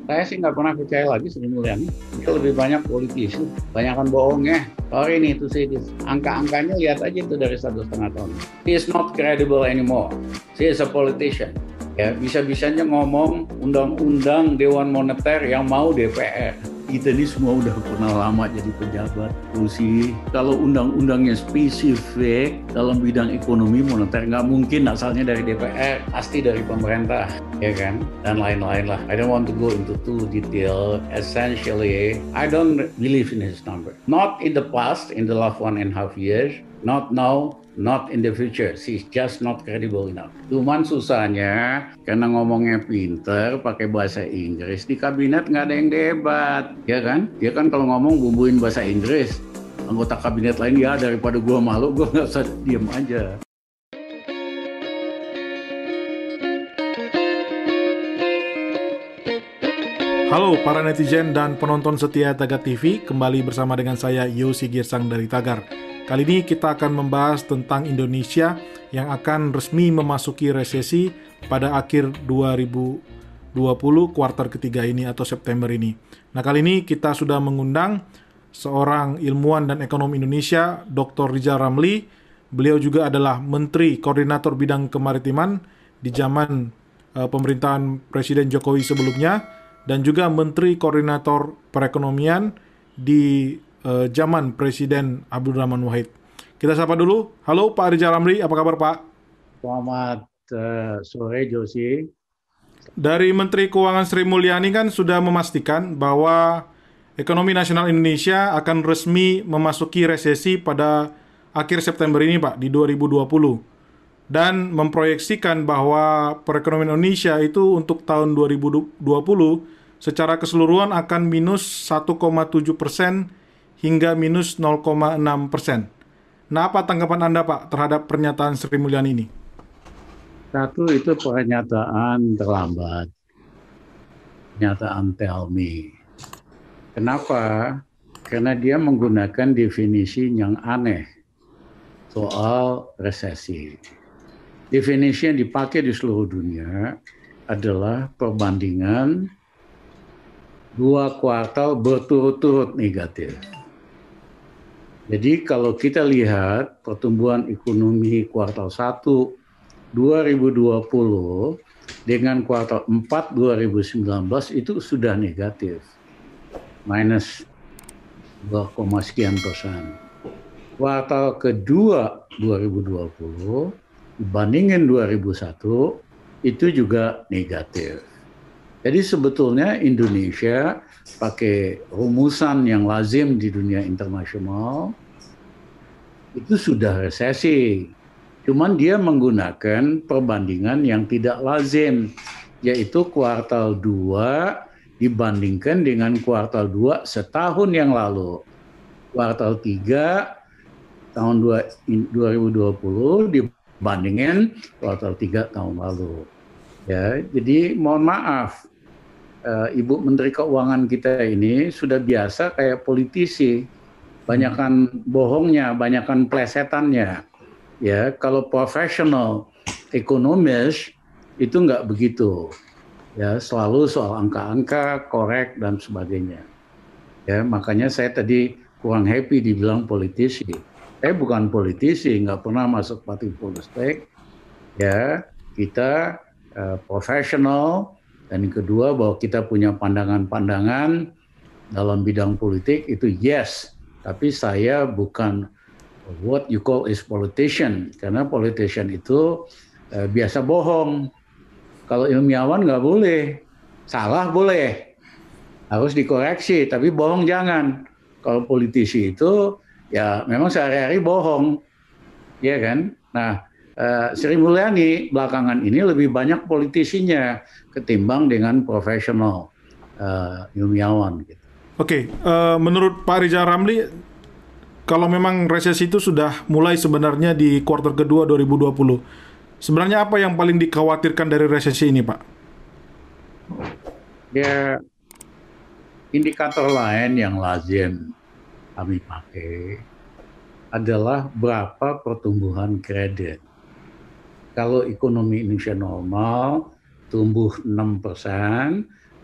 Saya sih nggak pernah percaya lagi Sri Mulyani. Dia lebih banyak politisi, banyakkan bohongnya. Sorry nih to say this. Angka-angkanya lihat aja itu dari 1,5 tahun. He is not credible anymore. He is a politician. Ya, bisa-bisanya ngomong undang-undang Dewan Moneter yang mau DPR. Kita ini semua udah pernah lama jadi pejabat. Terus kalau undang-undangnya spesifik dalam bidang ekonomi moneter, nggak mungkin asalnya dari DPR, pasti dari pemerintah, ya kan? Dan lain-lain lah. I don't want to go into too detail. Essentially, I don't believe in his number. Not in the past, in the last 1.5 years, not now, not in the future. She's just not credible enough. Cuman susahnya karena ngomongnya pinter, pakai bahasa Inggris, di kabinet nggak ada yang debat, ya kan? Dia kan kalau ngomong bumbuin bahasa Inggris, anggota kabinet lain ya daripada gua malu, gua nggak usah diem aja. Halo para netizen dan penonton setia Tagar TV, kembali bersama dengan saya Yosi Girsang dari Tagar. Kali ini kita akan membahas tentang Indonesia yang akan resmi memasuki resesi pada akhir 2020 kuartal ketiga ini atau September ini. Nah, kali ini kita sudah mengundang seorang ilmuwan dan ekonom Indonesia, Dr. Rizal Ramli. Beliau juga adalah Menteri Koordinator Bidang Kemaritiman di zaman pemerintahan Presiden Jokowi sebelumnya, dan juga Menteri Koordinator Perekonomian di zaman Presiden Abdurrahman Wahid. Kita sapa dulu. Halo Pak Rizal Ramli, apa kabar Pak? Selamat sore Josi. Dari Menteri Keuangan Sri Mulyani kan sudah memastikan bahwa ekonomi nasional Indonesia akan resmi memasuki resesi pada akhir September ini Pak, di 2020. Dan memproyeksikan bahwa perekonomian Indonesia itu untuk tahun 2020 secara keseluruhan akan minus 1,7% hingga minus 0,6%. Nah, apa tanggapan Anda Pak terhadap pernyataan Sri Mulyani ini? Satu, itu pernyataan terlambat, pernyataan tell me. Kenapa? Karena dia menggunakan definisi yang aneh soal resesi. Definisi yang dipakai di seluruh dunia adalah perbandingan 2 kuartal berturut-turut negatif. Jadi kalau kita lihat pertumbuhan ekonomi kuartal 1 2020 dengan kuartal 4 2019 itu sudah negatif. Minus 2, sekian persen. Kuartal kedua 2020 dibandingin 2001 itu juga negatif. Jadi sebetulnya Indonesia pakai rumusan yang lazim di dunia internasional itu sudah resesi. Cuman dia menggunakan perbandingan yang tidak lazim, yaitu kuartal 2 dibandingkan dengan kuartal 2 setahun yang lalu. Kuartal 3 tahun 2020 dibandingin kuartal 3 tahun lalu. Ya, jadi mohon maaf, Ibu Menteri Keuangan kita ini sudah biasa kayak politisi, banyakan bohongnya, banyakan plesetannya. Ya, kalau profesional ekonomis itu nggak begitu. Ya, selalu soal angka-angka, korek dan sebagainya. Ya, makanya saya tadi kurang happy dibilang politisi. Saya bukan politisi, nggak pernah masuk partai politik. Ya, kita profesional, dan yang kedua bahwa kita punya pandangan-pandangan dalam bidang politik itu yes, tapi saya bukan what you call is politician, karena politician itu biasa bohong. Kalau ilmiawan nggak boleh, salah boleh, harus dikoreksi, tapi bohong jangan. Kalau politisi itu ya memang sehari-hari bohong, ya kan? Nah, Sri Mulyani belakangan ini lebih banyak politisinya ketimbang dengan profesional ilmiawan. Gitu. Oke, menurut Pak Rizal Ramli, kalau memang resesi itu sudah mulai sebenarnya di kuartal kedua 2020, sebenarnya apa yang paling dikhawatirkan dari resesi ini, Pak? Ya, indikator lain yang lazim kami pakai adalah berapa pertumbuhan kredit. Kalau ekonomi Indonesia normal tumbuh 6%,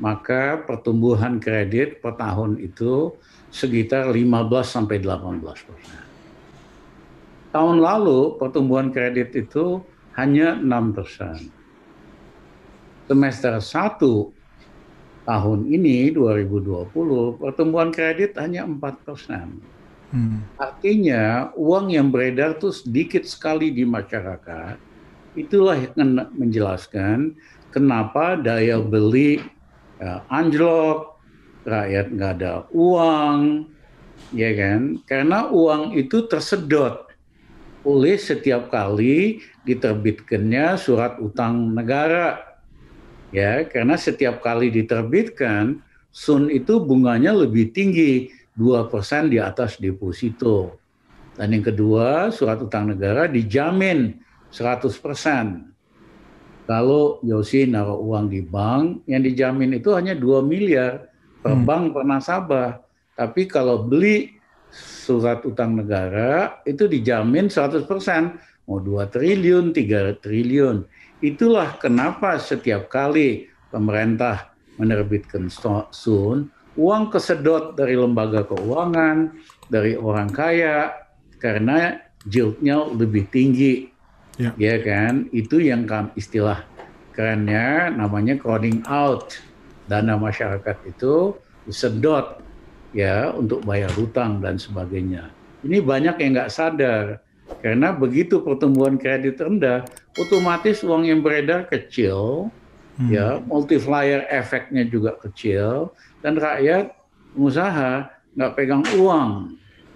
maka pertumbuhan kredit per tahun itu sekitar 15-18%. Tahun lalu pertumbuhan kredit itu hanya 6%. Semester 1 tahun ini 2020 pertumbuhan kredit hanya 4%. Artinya uang yang beredar itu sedikit sekali di masyarakat. Itulah yang menjelaskan kenapa daya beli anjlok, rakyat nggak ada uang, ya kan? Karena uang itu tersedot oleh setiap kali diterbitkannya surat utang negara. Ya, karena setiap kali diterbitkan, SUN itu bunganya lebih tinggi, 2% di atas deposito. Dan yang kedua, surat utang negara dijamin 100%. Kalau Yosi naruh uang di bank, yang dijamin itu hanya 2 miliar per bank per nasabah. Tapi kalau beli surat utang negara, itu dijamin 100%. Mau 2 triliun, 3 triliun. Itulah kenapa setiap kali pemerintah menerbitkan SUN, uang kesedot dari lembaga keuangan, dari orang kaya, karena yieldnya lebih tinggi. Ya kan, itu yang istilah kerennya namanya crowding out, dana masyarakat itu disedot ya untuk bayar hutang dan sebagainya. Ini banyak yang nggak sadar karena begitu pertumbuhan kredit rendah, otomatis uang yang beredar kecil, ya multiplier efeknya juga kecil dan rakyat pengusaha nggak pegang uang.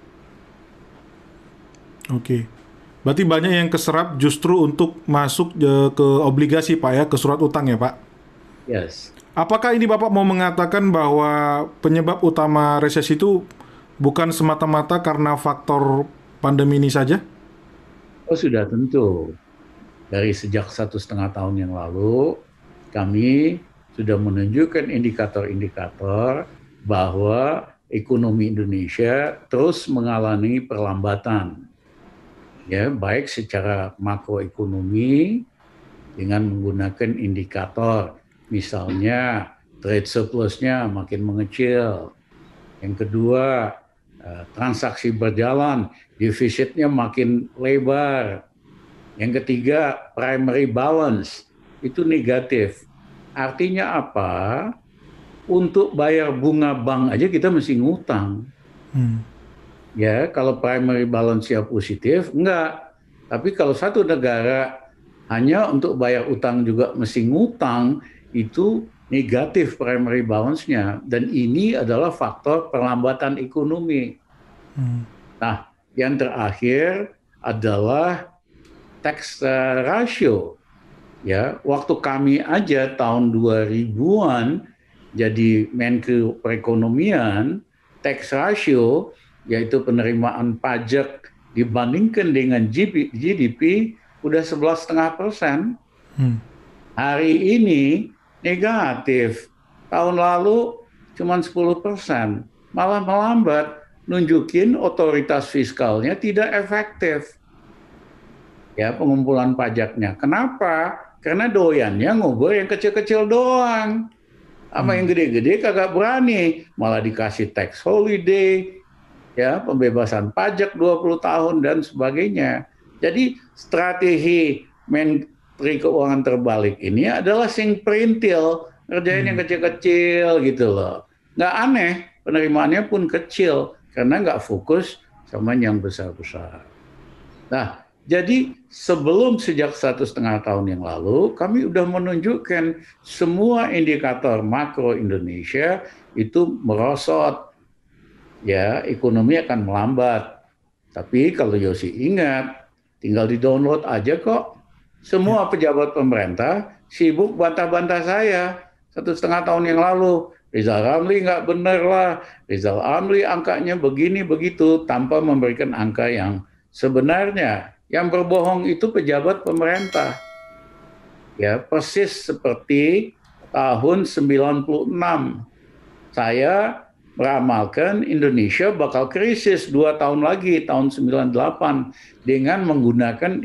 Oke. Berarti banyak yang keserap justru untuk masuk ke obligasi, Pak, ya, ke surat utang ya, Pak? Yes. Apakah ini Bapak mau mengatakan bahwa penyebab utama resesi itu bukan semata-mata karena faktor pandemi ini saja? Oh, sudah tentu. Dari sejak 1,5 tahun yang lalu, kami sudah menunjukkan indikator-indikator bahwa ekonomi Indonesia terus mengalami perlambatan. Ya, baik secara makroekonomi dengan menggunakan indikator, misalnya trade surplusnya makin mengecil. Yang kedua, transaksi berjalan, defisitnya makin lebar. Yang ketiga, primary balance itu negatif. Artinya apa? Untuk bayar bunga bank aja kita mesti ngutang. Ya, kalau primary balance-nya positif, enggak. Tapi kalau satu negara hanya untuk bayar utang juga mesti ngutang, itu negatif primary balance-nya. Dan ini adalah faktor perlambatan ekonomi. Nah, yang terakhir adalah tax ratio. Ya, waktu kami aja tahun 2000-an jadi Menko Perekonomian, tax ratio yaitu penerimaan pajak dibandingkan dengan GDP udah 11,5%. Hari ini negatif. Tahun lalu cuma 10%. Malah melambat, nunjukin otoritas fiskalnya tidak efektif. Ya, pengumpulan pajaknya. Kenapa? Karena doyannya ngubur yang kecil-kecil doang. Sama yang gede-gede kagak berani. Malah dikasih tax holiday, ya, pembebasan pajak 20 tahun dan sebagainya. Jadi strategi Menteri Keuangan terbalik ini adalah sing perintil, ngerjain yang kecil-kecil gitu loh. Nggak aneh, penerimaannya pun kecil karena nggak fokus sama yang besar-besar. Nah, jadi sebelum sejak 1,5 tahun yang lalu, kami sudah menunjukkan semua indikator makro Indonesia itu merosot. Ya, ekonomi akan melambat. Tapi kalau Yosi ingat, tinggal di-download aja kok. Semua pejabat pemerintah sibuk bantah-bantah saya 1,5 tahun yang lalu. Rizal Ramli nggak bener lah. Rizal Ramli angkanya begini begitu tanpa memberikan angka yang sebenarnya. Yang berbohong itu pejabat pemerintah. Ya, persis seperti tahun 96. Saya meramalkan Indonesia bakal krisis 2 tahun lagi, tahun 98, dengan menggunakan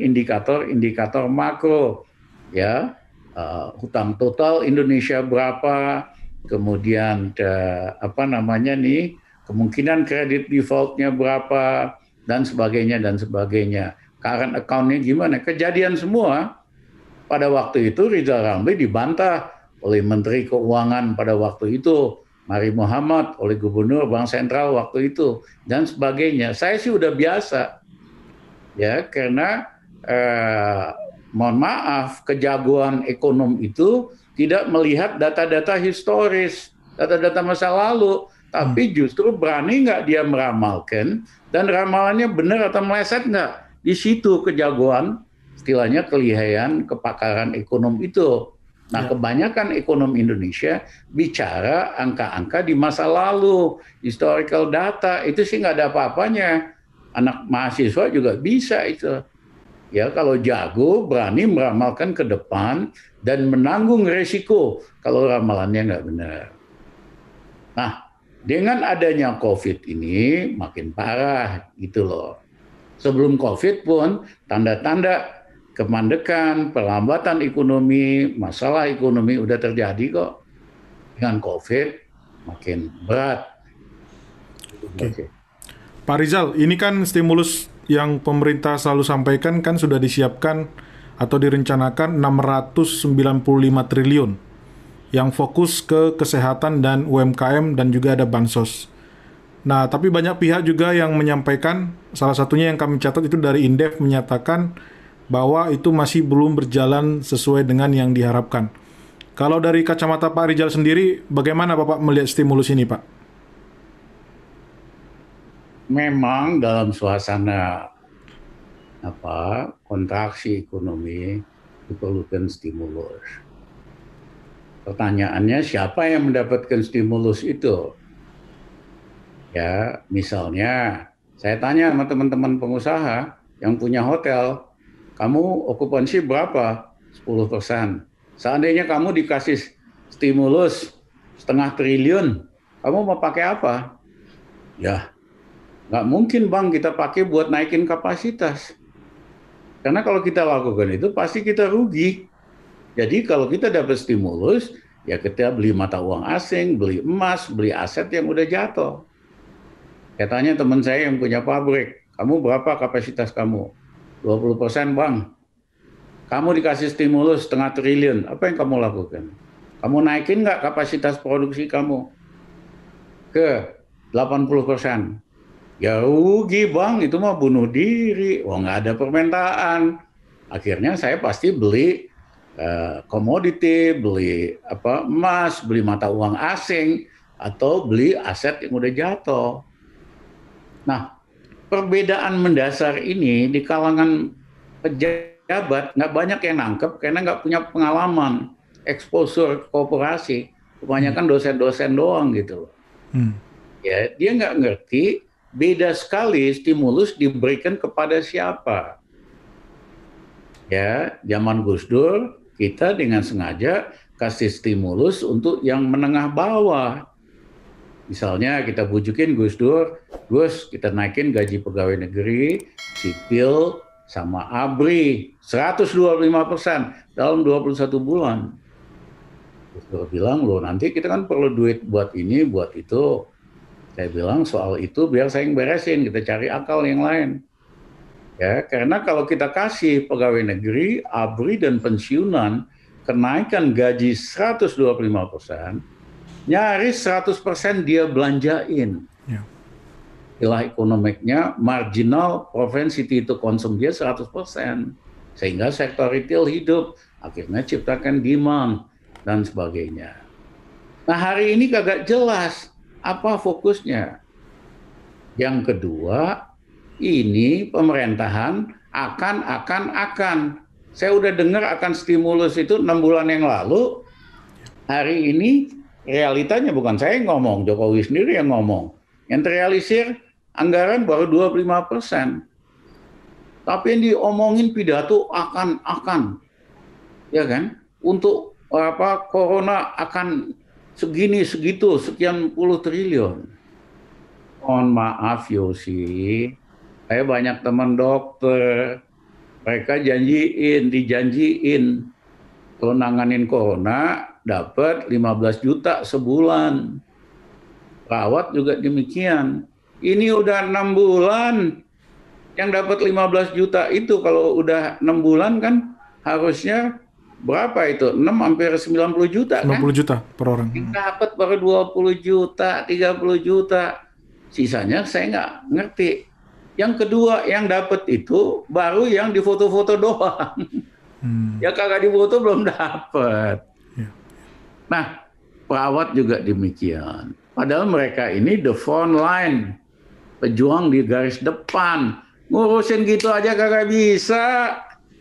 indikator-indikator makro. Ya, hutang total Indonesia berapa, kemudian apa namanya nih, kemungkinan kredit default-nya berapa, dan sebagainya, dan sebagainya. Current account-nya gimana, kejadian semua. Pada waktu itu Rizal Ramli dibantah oleh Menteri Keuangan pada waktu itu, Mari Muhammad, oleh Gubernur Bank Sentral waktu itu, dan sebagainya. Saya sih udah biasa, ya, karena mohon maaf, kejagoan ekonom itu tidak melihat data-data historis, data-data masa lalu, tapi justru berani nggak dia meramalkan, dan ramalannya benar atau meleset nggak. Di situ kejagoan, istilahnya kelihayan kepakaran ekonom itu. Nah, kebanyakan ekonom Indonesia bicara angka-angka di masa lalu, historical data, itu sih nggak ada apa-apanya. Anak mahasiswa juga bisa itu. Ya, kalau jago, berani meramalkan ke depan dan menanggung resiko kalau ramalannya nggak benar. Nah, dengan adanya COVID ini makin parah gitu loh. Sebelum COVID pun tanda-tanda kemandekan, perlambatan ekonomi, masalah ekonomi udah terjadi kok. Dengan COVID makin berat. Oke. Pak Rizal, ini kan stimulus yang pemerintah selalu sampaikan kan sudah disiapkan atau direncanakan 695 triliun yang fokus ke kesehatan dan UMKM dan juga ada bansos. Nah, tapi banyak pihak juga yang menyampaikan, salah satunya yang kami catat itu dari Indef menyatakan bahwa itu masih belum berjalan sesuai dengan yang diharapkan. Kalau dari kacamata Pak Rizal sendiri, bagaimana Bapak melihat stimulus ini, Pak? Memang dalam suasana kontraksi ekonomi diperlukan stimulus. Pertanyaannya, siapa yang mendapatkan stimulus itu? Ya, misalnya saya tanya sama teman-teman pengusaha yang punya hotel, kamu okupansi berapa? 10%. Seandainya kamu dikasih stimulus 0,5 triliun, kamu mau pakai apa? Ya, nggak mungkin Bang kita pakai buat naikin kapasitas. Karena kalau kita lakukan itu pasti kita rugi. Jadi kalau kita dapat stimulus, ya kita beli mata uang asing, beli emas, beli aset yang udah jatuh. Saya tanya teman saya yang punya pabrik, kamu berapa kapasitas kamu? 20% Bang. Kamu dikasih stimulus 0,5 triliun, apa yang kamu lakukan? Kamu naikin nggak kapasitas produksi kamu ke 80%? Ya rugi Bang, itu mah bunuh diri. Wah, nggak ada permintaan. Akhirnya saya pasti beli komoditi, beli emas, beli mata uang asing, atau beli aset yang udah jatuh. Nah, perbedaan mendasar ini di kalangan pejabat nggak banyak yang nangkep karena nggak punya pengalaman exposure korporasi. Kebanyakan dosen-dosen doang gitu. Ya, dia nggak ngerti beda sekali stimulus diberikan kepada siapa. Ya, zaman Gus Dur kita dengan sengaja kasih stimulus untuk yang menengah bawah. Misalnya kita bujukin Gus Dur, Gus kita naikin gaji pegawai negeri, sipil, sama ABRI 125% dalam 21 bulan. Gus Dur bilang, loh nanti kita kan perlu duit buat ini, buat itu. Saya bilang soal itu biar saya yang beresin, kita cari akal yang lain. Ya, karena kalau kita kasih pegawai negeri, ABRI dan pensiunan kenaikan gaji 125%, nyaris 100% dia belanjain. Istilah ekonomiknya marginal propensity to consume dia 100%. Sehingga sektor retail hidup, akhirnya ciptakan demand dan sebagainya. Nah, hari ini kagak jelas apa fokusnya. Yang kedua, ini pemerintahan akan. Saya udah dengar akan stimulus itu 6 bulan yang lalu. Hari ini realitanya bukan saya yang ngomong, Jokowi sendiri yang ngomong. Yang terrealisir anggaran baru 25%. Tapi yang diomongin pidato akan. Ya kan? Untuk corona akan segini, segitu, sekian puluh triliun. Mohon maaf Yosi, saya banyak teman dokter, mereka dijanjiin kalau nanganin corona dapat 15 juta sebulan. Perawat juga demikian. Ini udah 6 bulan yang dapat 15 juta itu, kalau udah 6 bulan kan harusnya berapa itu? 6 hampir 90 juta kan? 90 juta per orang. Yang dapat baru 20 juta, 30 juta. Sisanya saya nggak ngerti. Yang kedua yang dapat itu baru yang difoto-foto doang. Ya kagak difoto belum dapat. Ya. Nah, perawat juga demikian. Padahal mereka ini the front line, pejuang di garis depan. Ngurusin gitu aja kagak bisa.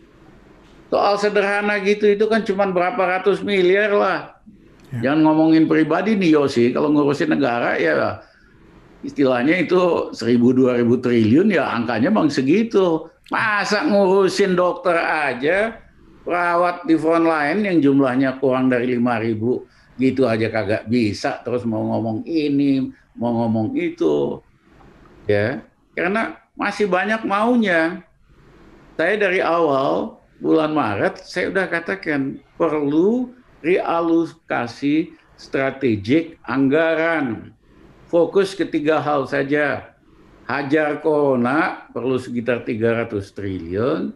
Soal sederhana gitu itu kan cuma berapa ratus miliar lah. Ya. Jangan ngomongin pribadi nih Yosi, kalau ngurusin negara ya istilahnya itu 1.000-2.000 triliun ya angkanya bang segitu. Masa ngurusin dokter aja, perawat di front line yang jumlahnya kurang dari 5.000 gitu aja kagak bisa, terus mau ngomong ini, mau ngomong itu. Ya, karena masih banyak maunya. Saya dari awal bulan Maret saya udah katakan perlu realokasi strategik anggaran. Fokus ke 3 hal saja. Hajar corona perlu sekitar 300 triliun.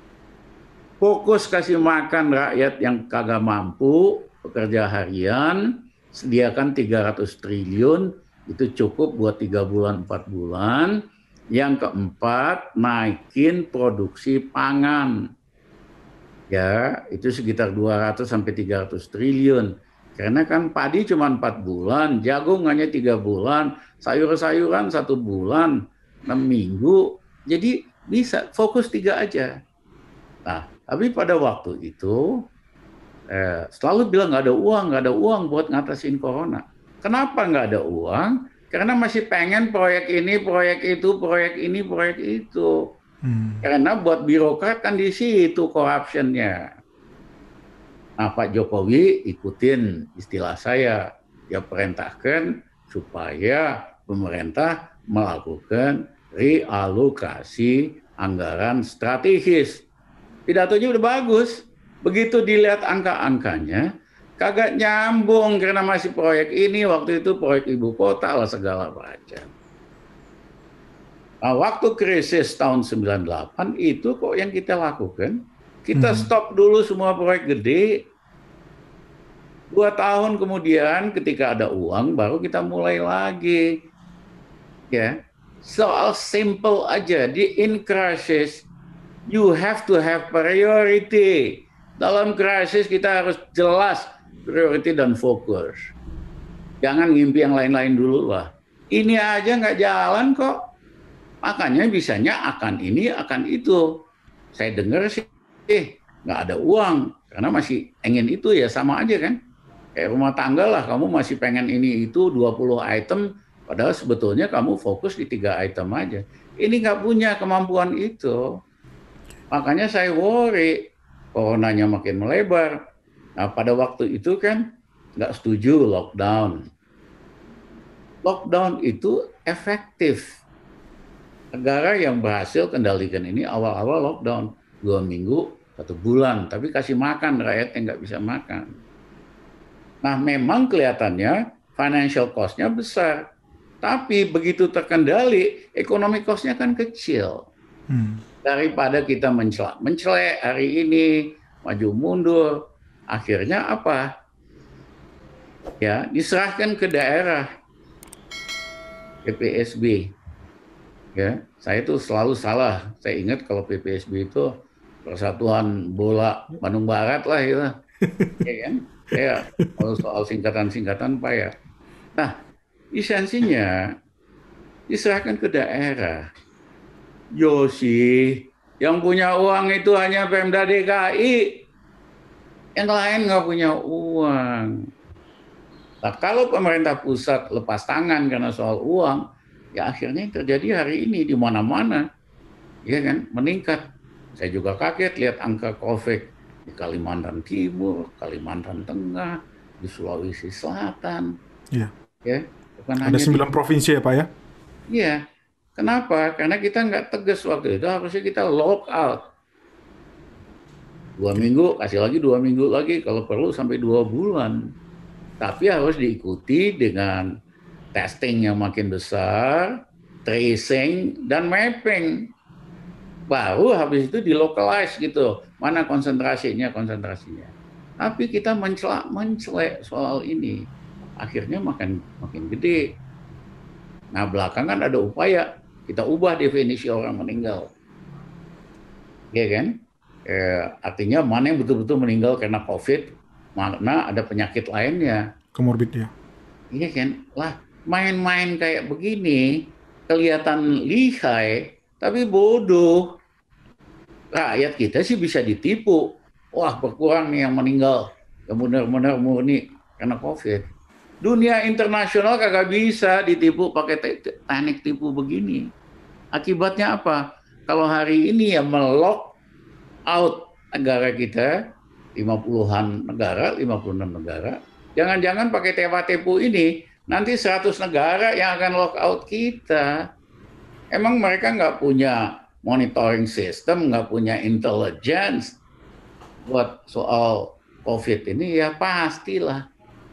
Fokus kasih makan rakyat yang kagak mampu, pekerja harian, sediakan 300 triliun, itu cukup buat 3 bulan, 4 bulan. Yang keempat, naikin produksi pangan. Ya, itu sekitar 200 sampai 300 triliun. Karena kan padi cuma 4 bulan, jagung hanya 3 bulan, sayur-sayuran 1 bulan, 6 minggu. Jadi bisa fokus 3 aja. Nah, tapi pada waktu itu selalu bilang nggak ada uang buat ngatasin corona. Kenapa nggak ada uang? Karena masih pengen proyek ini, proyek itu, proyek ini, proyek itu. Karena buat birokrat kan di situ corruption-nya. Nah, Pak Jokowi ikutin istilah saya, dia perintahkan supaya pemerintah melakukan realokasi anggaran strategis. Pidatonya udah bagus, begitu dilihat angka-angkanya, kagak nyambung karena masih proyek ini, waktu itu proyek ibu kota lah segala macam. Nah, waktu krisis tahun 98 itu kok yang kita lakukan, kita stop dulu semua proyek gede. 2 tahun kemudian ketika ada uang baru kita mulai lagi. Ya, soal simple aja, in crisis you have to have priority. Dalam krisis kita harus jelas priority dan fokus. Jangan ngimpi yang lain-lain dulu lah. Ini aja nggak jalan kok. Makanya bisanya akan ini, akan itu. Saya dengar sih nggak ada uang karena masih ingin itu, ya sama aja kan. Kayak rumah tangga lah, kamu masih pengen ini itu 20 item, padahal sebetulnya kamu fokus di 3 item aja. Ini nggak punya kemampuan itu. Makanya saya worry, coronanya makin melebar. Nah, pada waktu itu kan nggak setuju lockdown. Lockdown itu efektif. Negara yang berhasil kendalikan ini awal-awal lockdown 2 minggu, 1 bulan, tapi kasih makan rakyat yang nggak bisa makan. Nah, memang kelihatannya financial cost-nya besar, tapi begitu terkendali, ekonomi cost-nya kan kecil. Daripada kita mencelek hari ini, maju mundur, akhirnya apa? Ya, diserahkan ke daerah, PPSB. Ya, saya itu selalu salah. Saya ingat kalau PPSB itu Persatuan Bola Bandung Barat lah itu. Ya kan? Ya, kalau soal singkatan-singkatan Pak ya. Nah, esensinya diserahkan ke daerah. Yosi, yang punya uang itu hanya Pemda DKI. Yang lain nggak punya uang. Nah, kalau pemerintah pusat lepas tangan karena soal uang, ya akhirnya yang terjadi hari ini di mana-mana, ya kan, meningkat. Saya juga kaget lihat angka COVID di Kalimantan Timur, Kalimantan Tengah, di Sulawesi Selatan. Iya. Ya, bukan ada hanya 9 provinsi ya Pak ya? Iya. Kenapa? Karena kita nggak tegas waktu itu, harusnya kita lock out. 2 minggu, kasih lagi 2 minggu lagi, kalau perlu sampai 2 bulan. Tapi harus diikuti dengan testing yang makin besar, tracing, dan mapping. Baru habis itu dilocalize gitu, mana konsentrasinya. Tapi kita mencelak soal ini, akhirnya makin gede. Nah, belakangan ada upaya kita ubah definisi orang meninggal, ya kan? Artinya mana yang betul-betul meninggal karena COVID, mana ada penyakit lainnya, Komorbid ya. iya kan? Lah, main-main kayak begini kelihatan lihai, tapi bodoh. Rakyat kita sih bisa ditipu. Wah, berkurang nih yang meninggal, yang benar-benar murni karena COVID. Dunia internasional kagak bisa ditipu pakai teknik tipu begini. Akibatnya apa? Kalau hari ini ya melock out negara kita, 50-an negara, 56 negara, jangan-jangan pakai tema tipu ini, nanti 100 negara yang akan lock out kita. Emang mereka nggak punya monitoring system, nggak punya intelligence buat soal COVID ini? Ya pastilah.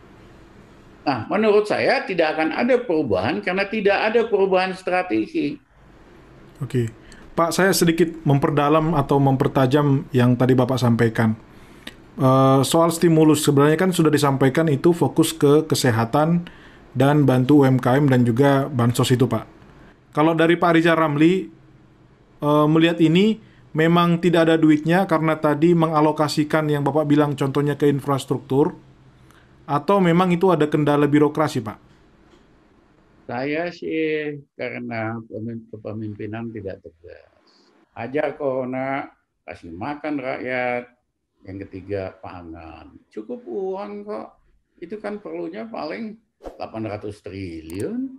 Nah, menurut saya tidak akan ada perubahan karena tidak ada perubahan strategi. Oke. Pak, saya sedikit memperdalam atau mempertajam yang tadi Bapak sampaikan. Soal stimulus, sebenarnya kan sudah disampaikan itu fokus ke kesehatan dan bantu UMKM dan juga bansos itu, Pak. Kalau dari Pak Rizal Ramli, melihat ini memang tidak ada duitnya karena tadi mengalokasikan yang Bapak bilang contohnya ke infrastruktur, atau memang itu ada kendala birokrasi, Pak? Saya sih karena kepemimpinan tidak tegas. Ajar corona, kasih makan rakyat. Yang ketiga, pangan. Cukup uang kok. Itu kan perlunya paling 800 triliun.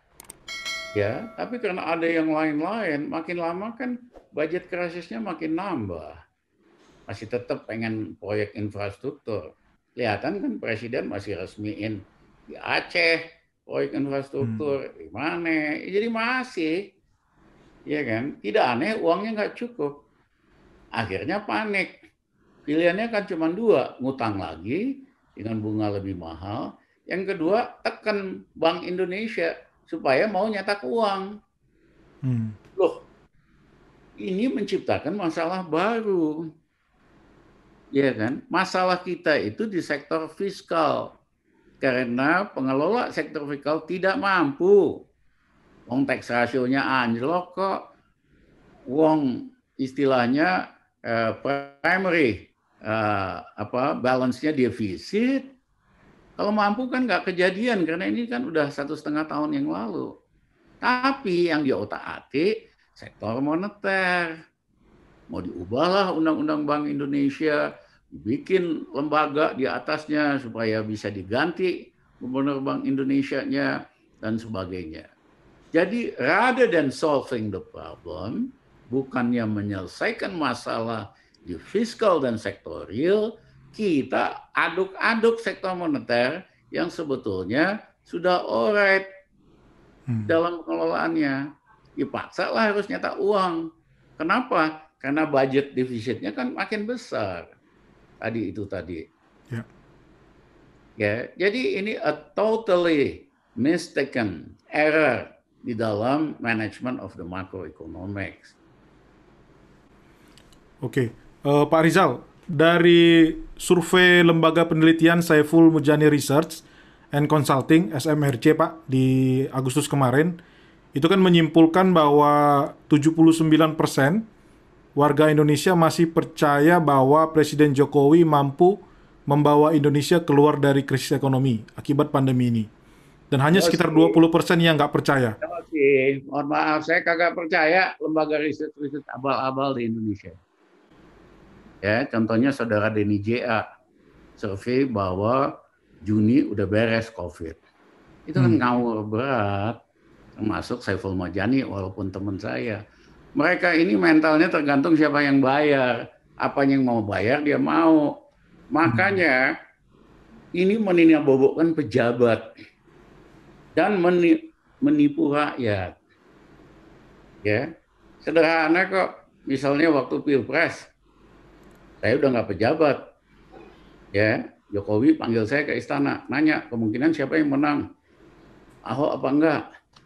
Ya, tapi karena ada yang lain-lain, makin lama kan budget krisisnya makin nambah. Masih tetap pengen proyek infrastruktur. Kelihatan kan Presiden masih resmiin di Aceh proyek infrastruktur, di mana? Jadi masih, ya kan? Tidak aneh uangnya nggak cukup. Akhirnya panik. Pilihannya kan cuma dua, ngutang lagi dengan bunga lebih mahal. Yang kedua, tekan Bank Indonesia supaya mau nyetak uang. Loh, ini menciptakan masalah baru. Ya kan? Masalah kita itu di sektor fiskal. Karena pengelola sektor fiskal tidak mampu. Wong tax ratio-nya anjlok kok. Wong istilahnya primary balance-nya defisit. Kalau mampu kan nggak kejadian karena ini kan udah 1,5 tahun yang lalu. Tapi yang diotak-atik sektor moneter. Mau diubahlah Undang-Undang Bank Indonesia, bikin lembaga di atasnya supaya bisa diganti Gubernur Bank Indonesia-nya dan sebagainya. Jadi rather than solving the problem, bukannya menyelesaikan masalah di fiskal dan sektorial, kita aduk-aduk sektor moneter yang sebetulnya sudah alright dalam pengelolaannya. Dipaksa lah harus nyetak uang. Kenapa? Karena budget defisitnya kan makin besar. Tadi. Ya, jadi ini a totally mistaken error di dalam management of the macroeconomics. Oke, Pak Rizal, dari survei lembaga penelitian Saiful Mujani Research and Consulting (SMRC) Pak di Agustus kemarin, itu kan menyimpulkan bahwa 79% warga Indonesia masih percaya bahwa Presiden Jokowi mampu membawa Indonesia keluar dari krisis ekonomi akibat pandemi ini. Dan hanya sekitar 20% yang nggak percaya. Oke, mohon maaf, saya kagak percaya lembaga riset abal-abal di Indonesia. Ya, contohnya saudara Denny J.A. survei bahwa Juni udah beres COVID. Itu kan ngawur berat. Termasuk Saiful Mujani walaupun teman saya. Mereka ini mentalnya tergantung siapa yang bayar. Apa yang mau bayar dia mau. Makanya ini meninabobokan pejabat dan menipu rakyat. Ya, sederhana kok. Misalnya waktu Pilpres, Saya udah nggak pejabat, ya. Jokowi panggil saya ke istana, nanya kemungkinan siapa yang menang, Ahok apa enggak?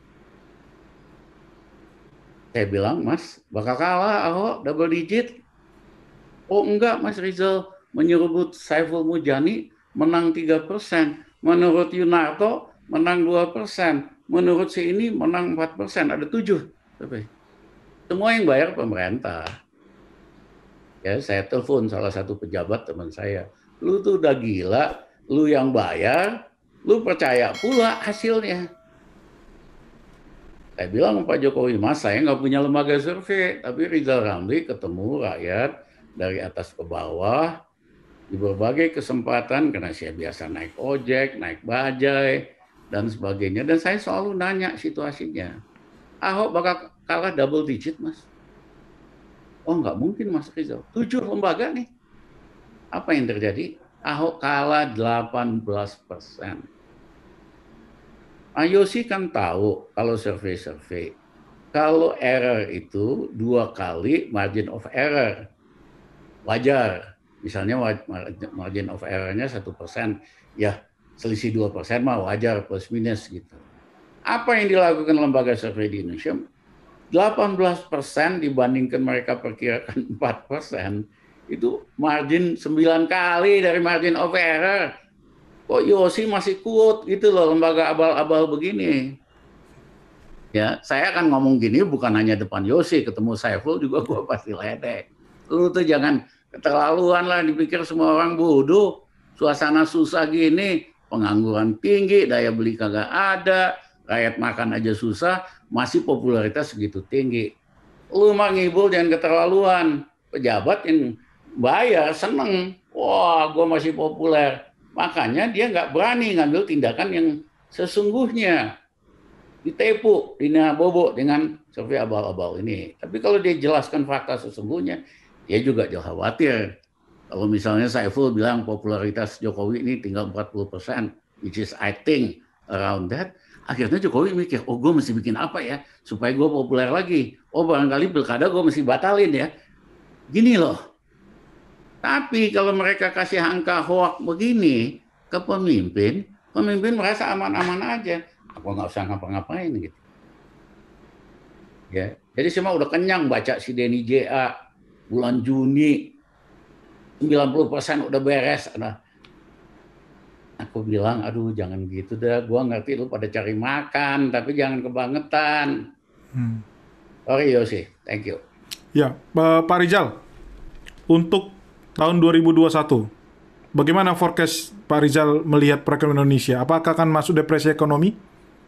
Saya bilang, Mas, bakal kalah Ahok double digit. Oh enggak, Mas Rizal, menyebut Saiful Mujani menang 3%. Menurut Yunarto menang 2%. Menurut si ini menang 4%. Ada 7. Tapi semua yang bayar pemerintah. Ya, saya telepon salah satu pejabat teman saya. Lu tuh udah gila, lu yang bayar, lu percaya pula hasilnya. Saya bilang Pak Jokowi, Mas, saya nggak punya lembaga survei, tapi Rizal Ramli ketemu rakyat dari atas ke bawah di berbagai kesempatan, karena saya biasa naik ojek, naik bajai, dan sebagainya. Dan saya selalu nanya situasinya. Ahok bakal kalah double digit, Mas. Oh, nggak mungkin, Mas Rizal. 7 lembaga nih. Apa yang terjadi? Ahok kalah 18%. Yosi kan tahu kalau survei-survei, kalau error itu 2 kali margin of error. Wajar. Misalnya margin of error-nya 1%, ya selisih 2% mah wajar plus minus gitu. Apa yang dilakukan lembaga survei di Indonesia? 18% dibandingkan mereka perkirakan 4%, itu margin 9 kali dari margin of error. Kok Yosi masih kuat gitu loh lembaga abal-abal begini. Ya, saya akan ngomong gini bukan hanya depan Yosi, ketemu Saiful juga gue pasti ledek. Lu tuh jangan keterlaluan lah, dipikir semua orang bodoh. Suasana susah gini, pengangguran tinggi, daya beli kagak ada, rakyat makan aja susah, masih popularitas segitu tinggi. Lu mah ngibul jangan keterlaluan. Pejabat yang bayar seneng, wah gue masih populer. Makanya dia nggak berani ngambil tindakan yang sesungguhnya. Ditepu, bobo dengan survei abal-abal ini. Tapi kalau dia jelaskan fakta sesungguhnya, dia juga jangan khawatir. Kalau misalnya Saiful bilang popularitas Jokowi ini tinggal 40%, which is I think around that, akhirnya Jokowi mikir, oh gue mesti bikin apa ya supaya gue populer lagi. Oh barangkali pilkada gue mesti batalin ya. Gini loh. Tapi kalau mereka kasih angka hoax begini ke pemimpin, pemimpin merasa aman-aman aja. Aku nggak usah ngapa-ngapain gitu. Ya, jadi semua udah kenyang baca si Denny JA bulan Juni 90% udah beres. Nah, aku bilang, aduh jangan gitu dah. Gua ngerti lu pada cari makan, tapi jangan kebangetan. Sorry Yosi, thank you. Ya, Pak Rizal, untuk tahun 2021, bagaimana forecast Pak Rizal melihat perekonomian Indonesia? Apakah akan masuk depresi ekonomi?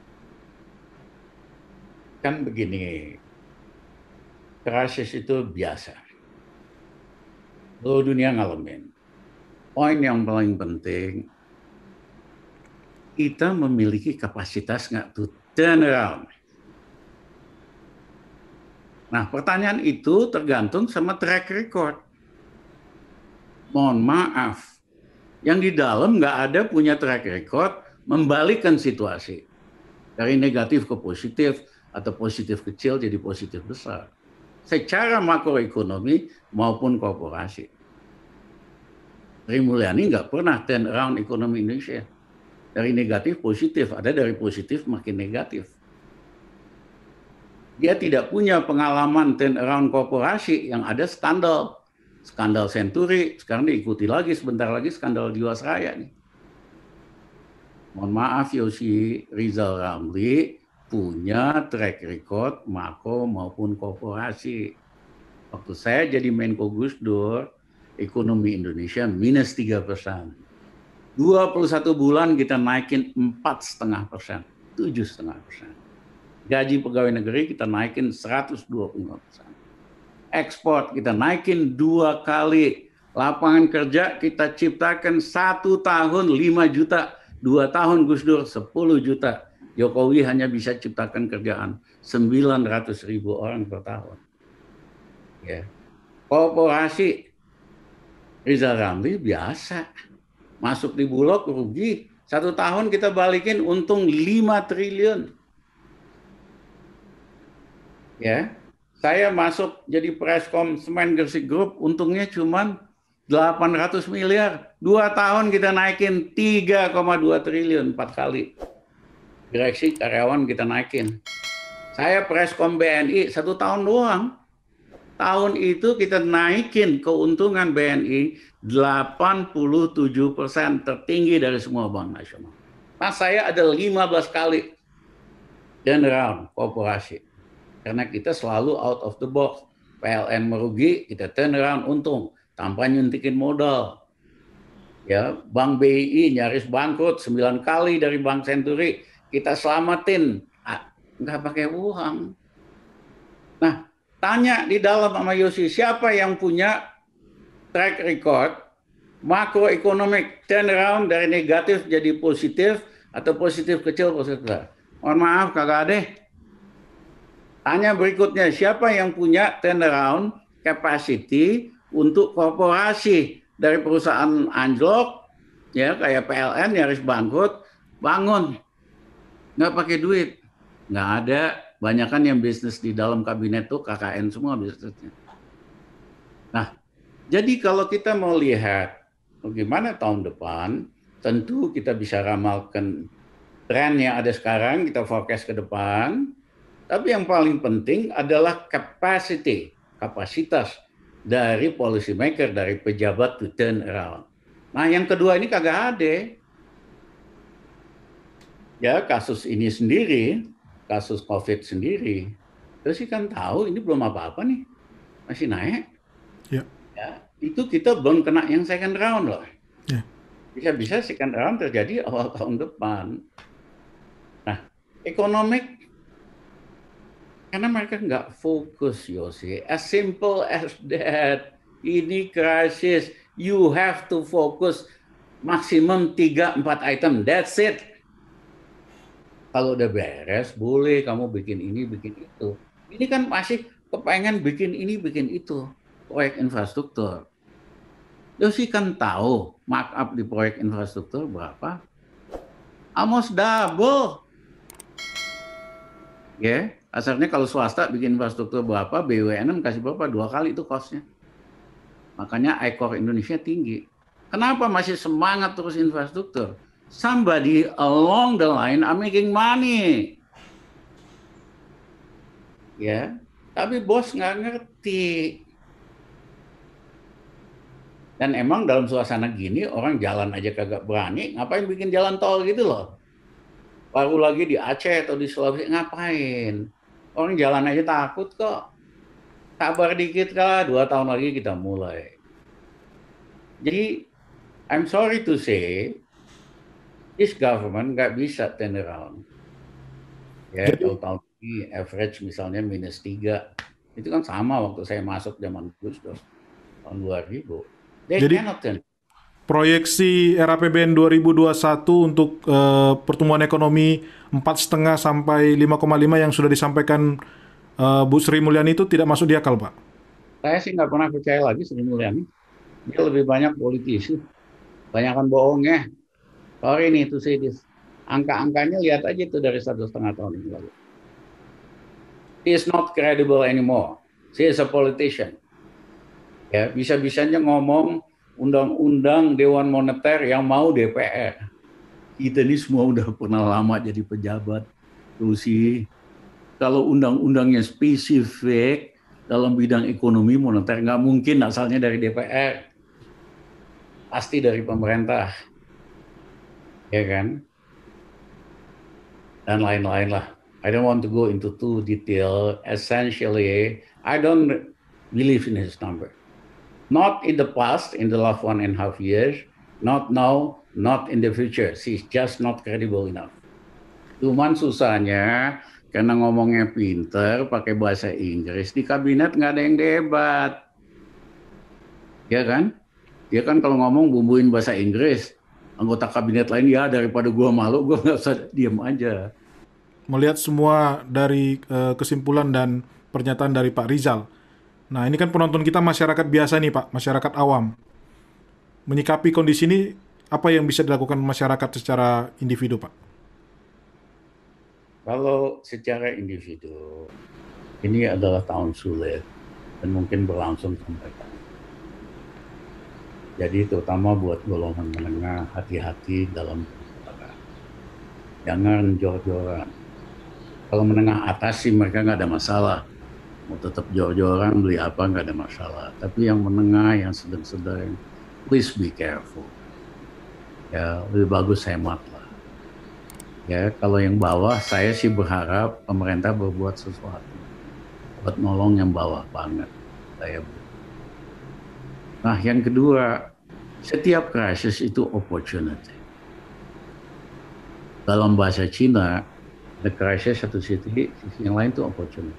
Kan begini, krisis itu biasa. Seluruh dunia ngalamin. Poin yang paling penting, kita memiliki kapasitas nggak to turn around. Nah, pertanyaan itu tergantung sama track record. Mohon maaf, yang di dalam nggak ada punya track record membalikkan situasi dari negatif ke positif atau positif kecil jadi positif besar. Secara makroekonomi maupun korporasi. Sri Mulyani nggak pernah turn around ekonomi Indonesia. Dari negatif positif, ada dari positif makin negatif. Dia tidak punya pengalaman turn around korporasi, yang ada skandal. Skandal Senturi, sekarang diikuti lagi, sebentar lagi skandal Jiwasraya nih. Mohon maaf Yosi, Rizal Ramli punya track record makro maupun korporasi. Waktu saya jadi Menko Gusdur, ekonomi Indonesia minus 3%. 21 bulan kita naikin 4,5%, 7,5%. Gaji pegawai negeri kita naikin 125%. Ekspor kita naikin 2 kali. Lapangan kerja kita ciptakan 1 tahun 5 juta. 2 tahun Gus Dur 10 juta. Jokowi hanya bisa ciptakan kerjaan 900.000 orang per tahun. Ya. Korporasi Rizal Ramli biasa. Masuk di Bulog rugi. 1 tahun kita balikin untung 5 triliun. Ya. Saya masuk jadi Preskom Semen Gresik Group, untungnya cuma 800 miliar. 2 tahun kita naikin 3,2 triliun, 4 kali. Direksi karyawan kita naikin. Saya preskom BNI 1 tahun doang. Tahun itu kita naikin keuntungan BNI 87%, tertinggi dari semua bank nasional. Nah, saya ada 15 kali turnaround korporasi. Karena kita selalu out of the box. PLN merugi, kita turnaround untung tanpa nyuntikin modal. Ya, Bank BI nyaris bangkrut 9 kali dari Bank Century, kita selamatin, nggak pakai uang. Nah, tanya di dalam sama Yosi, siapa yang punya track record makroekonomik turnaround dari negatif jadi positif atau positif kecil positif besar? Mohon maaf, kagak ada. Tanya berikutnya, siapa yang punya turnaround capacity untuk korporasi dari perusahaan anjlok, ya kayak PLN nyaris bangkrut, bangun, nggak pakai duit, nggak ada. Banyak kan yang bisnis di dalam kabinet tuh KKN semua bisnisnya. Nah, jadi kalau kita mau lihat bagaimana tahun depan, tentu kita bisa ramalkan tren yang ada sekarang, kita forecast ke depan. Tapi yang paling penting adalah kapasitas dari policy maker, dari pejabat to turn around. Nah, yang kedua ini kagak ada. Ya, kasus ini sendiri, kasus COVID sendiri, terus sih kan tahu ini belum apa-apa nih, masih naik. Ya. Ya, itu kita belum kena yang second round loh. Ya. Bisa-bisa second round terjadi awal tahun depan. Nah, ekonomi karena mereka nggak fokus, Yosi. As simple as that. Ini krisis. You have to focus maksimum 3-4 item. That's it. Kalau udah beres, boleh kamu bikin ini, bikin itu. Ini kan masih kepengen bikin ini, bikin itu. Proyek infrastruktur. Yosi kan tahu markup di proyek infrastruktur berapa? Almost double. Ya, asalnya kalau swasta bikin infrastruktur berapa, BUMN kasih berapa, 2 kali itu cost-nya. Makanya ICOR Indonesia tinggi. Kenapa masih semangat terus infrastruktur? Somebody along the line are making money. Ya, tapi bos nggak ngerti. Dan emang dalam suasana gini orang jalan aja kagak berani, ngapain bikin jalan tol gitu loh. Baru lagi di Aceh atau di Sulawesi, ngapain? Orang jalan aja takut kok. Sabar dikit lah, 2 tahun lagi kita mulai. Jadi, I'm sorry to say, this government nggak bisa turn around. Ya, kalau tahun ini average misalnya -3. Itu kan sama waktu saya masuk zaman Gus Dur, tahun 2000. Jadi, proyeksi RAPBN 2021 untuk pertumbuhan ekonomi 4,5 sampai 5,5 yang sudah disampaikan Bu Sri Mulyani itu tidak masuk di akal, Pak? Saya sih nggak pernah percaya lagi Sri Mulyani. Dia lebih banyak politisi, banyakan bohongnya. Sorry nih to say this. Angka-angkanya lihat aja itu dari 1,5 tahun ini lalu. He is not credible anymore. He is a politician. Ya, bisa-bisanya ngomong undang-undang Dewan Moneter yang mau DPR. Kita ini semua udah pernah lama jadi pejabat. Terus sih, kalau undang-undangnya spesifik dalam bidang ekonomi moneter, nggak mungkin asalnya dari DPR. Pasti dari pemerintah. Ya kan? Dan lain-lain lah. I don't want to go into too detail. Essentially, I don't believe in his number. Not in the past, in the last 1.5 years, not now, not in the future. She's just not credible enough. Cuman susahnya, karena ngomongnya pinter, pakai bahasa Inggris, di kabinet nggak ada yang debat. Ya kan? Dia kan kalau ngomong bumbuin bahasa Inggris, anggota kabinet lain, ya daripada gua malu, gua nggak usah diem aja. Melihat semua dari kesimpulan dan pernyataan dari Pak Rizal, nah, ini kan penonton kita masyarakat biasa nih, Pak, masyarakat awam. Menyikapi kondisi ini, apa yang bisa dilakukan masyarakat secara individu, Pak? Kalau secara individu, ini adalah tahun sulit dan mungkin berlangsung sampai tahun. Jadi terutama buat golongan menengah, hati-hati dalam berbicara. Jangan jor-joran. Kalau menengah atas sih mereka nggak ada masalah. Mau tetap jor-joran, beli apa nggak ada masalah. Tapi yang menengah, yang sedang-sedang, please be careful. Ya, lebih bagus hemat lah. Ya, kalau yang bawah, saya sih berharap pemerintah berbuat sesuatu buat nolong yang bawah banget. Nah, yang kedua, setiap krisis itu opportunity. Dalam bahasa Cina, the crisis satu sisi yang lain itu opportunity.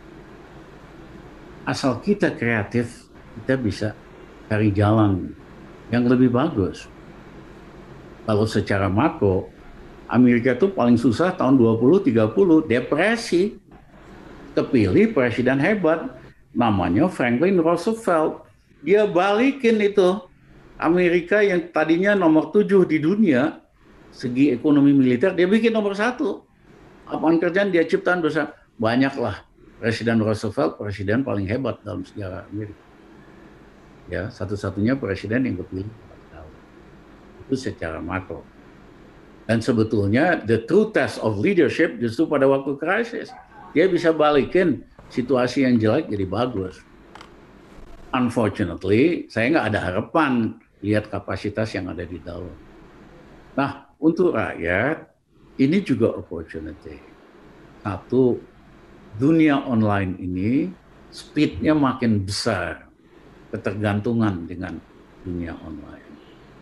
Asal kita kreatif, kita bisa cari jalan yang lebih bagus. Kalau secara makro, Amerika itu paling susah tahun 2030, depresi. Kepilih presiden hebat, namanya Franklin Roosevelt. Dia balikin itu Amerika yang tadinya nomor 7 di dunia, segi ekonomi militer, dia bikin nomor 1. Lapangan kerjaan dia ciptaan besar. Banyaklah Presiden Roosevelt, presiden paling hebat dalam sejarah Amerika. Ya, satu-satunya presiden yang kepilih 4 tahun. Itu secara makro. Dan sebetulnya the true test of leadership justru pada waktu krisis. Dia bisa balikin situasi yang jelek jadi bagus. Unfortunately, saya nggak ada harapan lihat kapasitas yang ada di dalam. Nah, untuk rakyat, ini juga opportunity. Satu, dunia online ini speed-nya makin besar, ketergantungan dengan dunia online.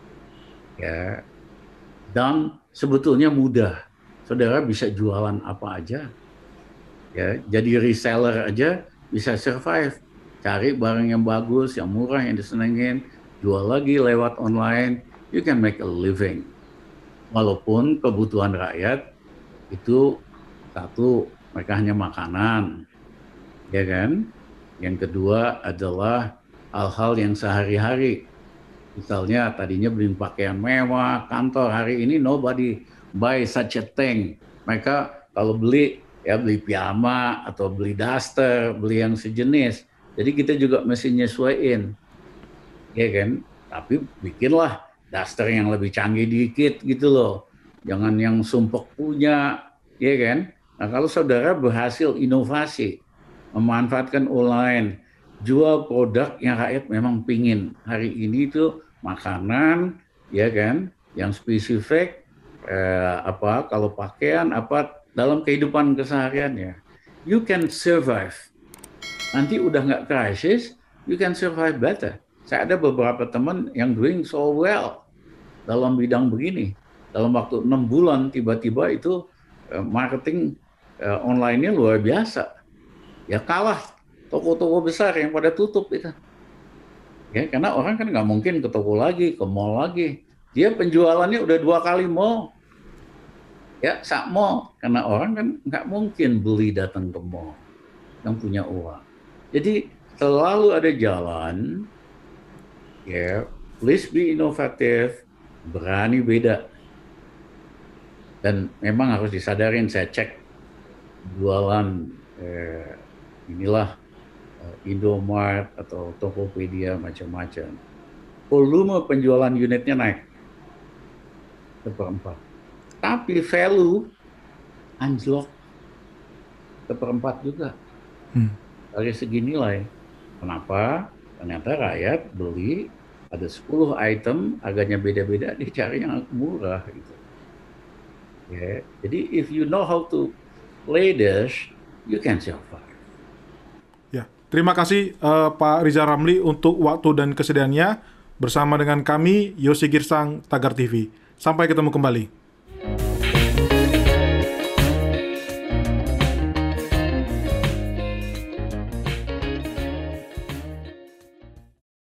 Ya, dan sebetulnya mudah. Saudara bisa jualan apa aja. Ya, jadi reseller aja bisa survive. Cari barang yang bagus, yang murah, yang disenengin, jual lagi lewat online, you can make a living. Walaupun kebutuhan rakyat itu satu, mereka hanya makanan, ya kan? Yang kedua adalah hal-hal yang sehari-hari. Misalnya tadinya beli pakaian mewah, kantor, hari ini nobody buy such a thing. Mereka kalau beli, ya beli piyama atau beli daster, beli yang sejenis. Jadi kita juga mesti nyesuaiin, ya kan? Tapi bikinlah daster yang lebih canggih dikit gitu loh. Jangan yang sumpek punya, ya kan? Nah kalau saudara berhasil inovasi, memanfaatkan online, jual produk yang rakyat memang pingin. Hari ini itu makanan, ya kan? Yang spesifik, kalau pakaian, dalam kehidupan keseharian ya. You can survive. Nanti udah nggak krisis, you can survive better. Saya ada beberapa teman yang doing so well dalam bidang begini. Dalam waktu 6 bulan tiba-tiba itu marketing online-nya luar biasa. Ya kalah toko-toko besar yang pada tutup itu. Ya, karena orang kan nggak mungkin ke toko lagi, ke mall lagi. Dia penjualannya udah 2 kali mall. Ya, sak mall. Karena orang kan nggak mungkin beli datang ke mall yang punya uang. Jadi selalu ada jalan, ya, please be inovatif, berani beda. Dan memang harus disadarin, saya cek jualan inilah Indomart atau Tokopedia macam-macam. Volume penjualan unitnya naik seperempat. Tapi value anjlok seperempat juga. Dari segi nilai. Kenapa? Ternyata rakyat beli ada 10 item, harganya beda-beda, dicari yang murah gitu. Ya, jadi if you know how to play this, you can survive. Ya, terima kasih Pak Rizal Ramli untuk waktu dan kesediaannya bersama dengan kami Yosi Girsang Tagar TV. Sampai ketemu kembali.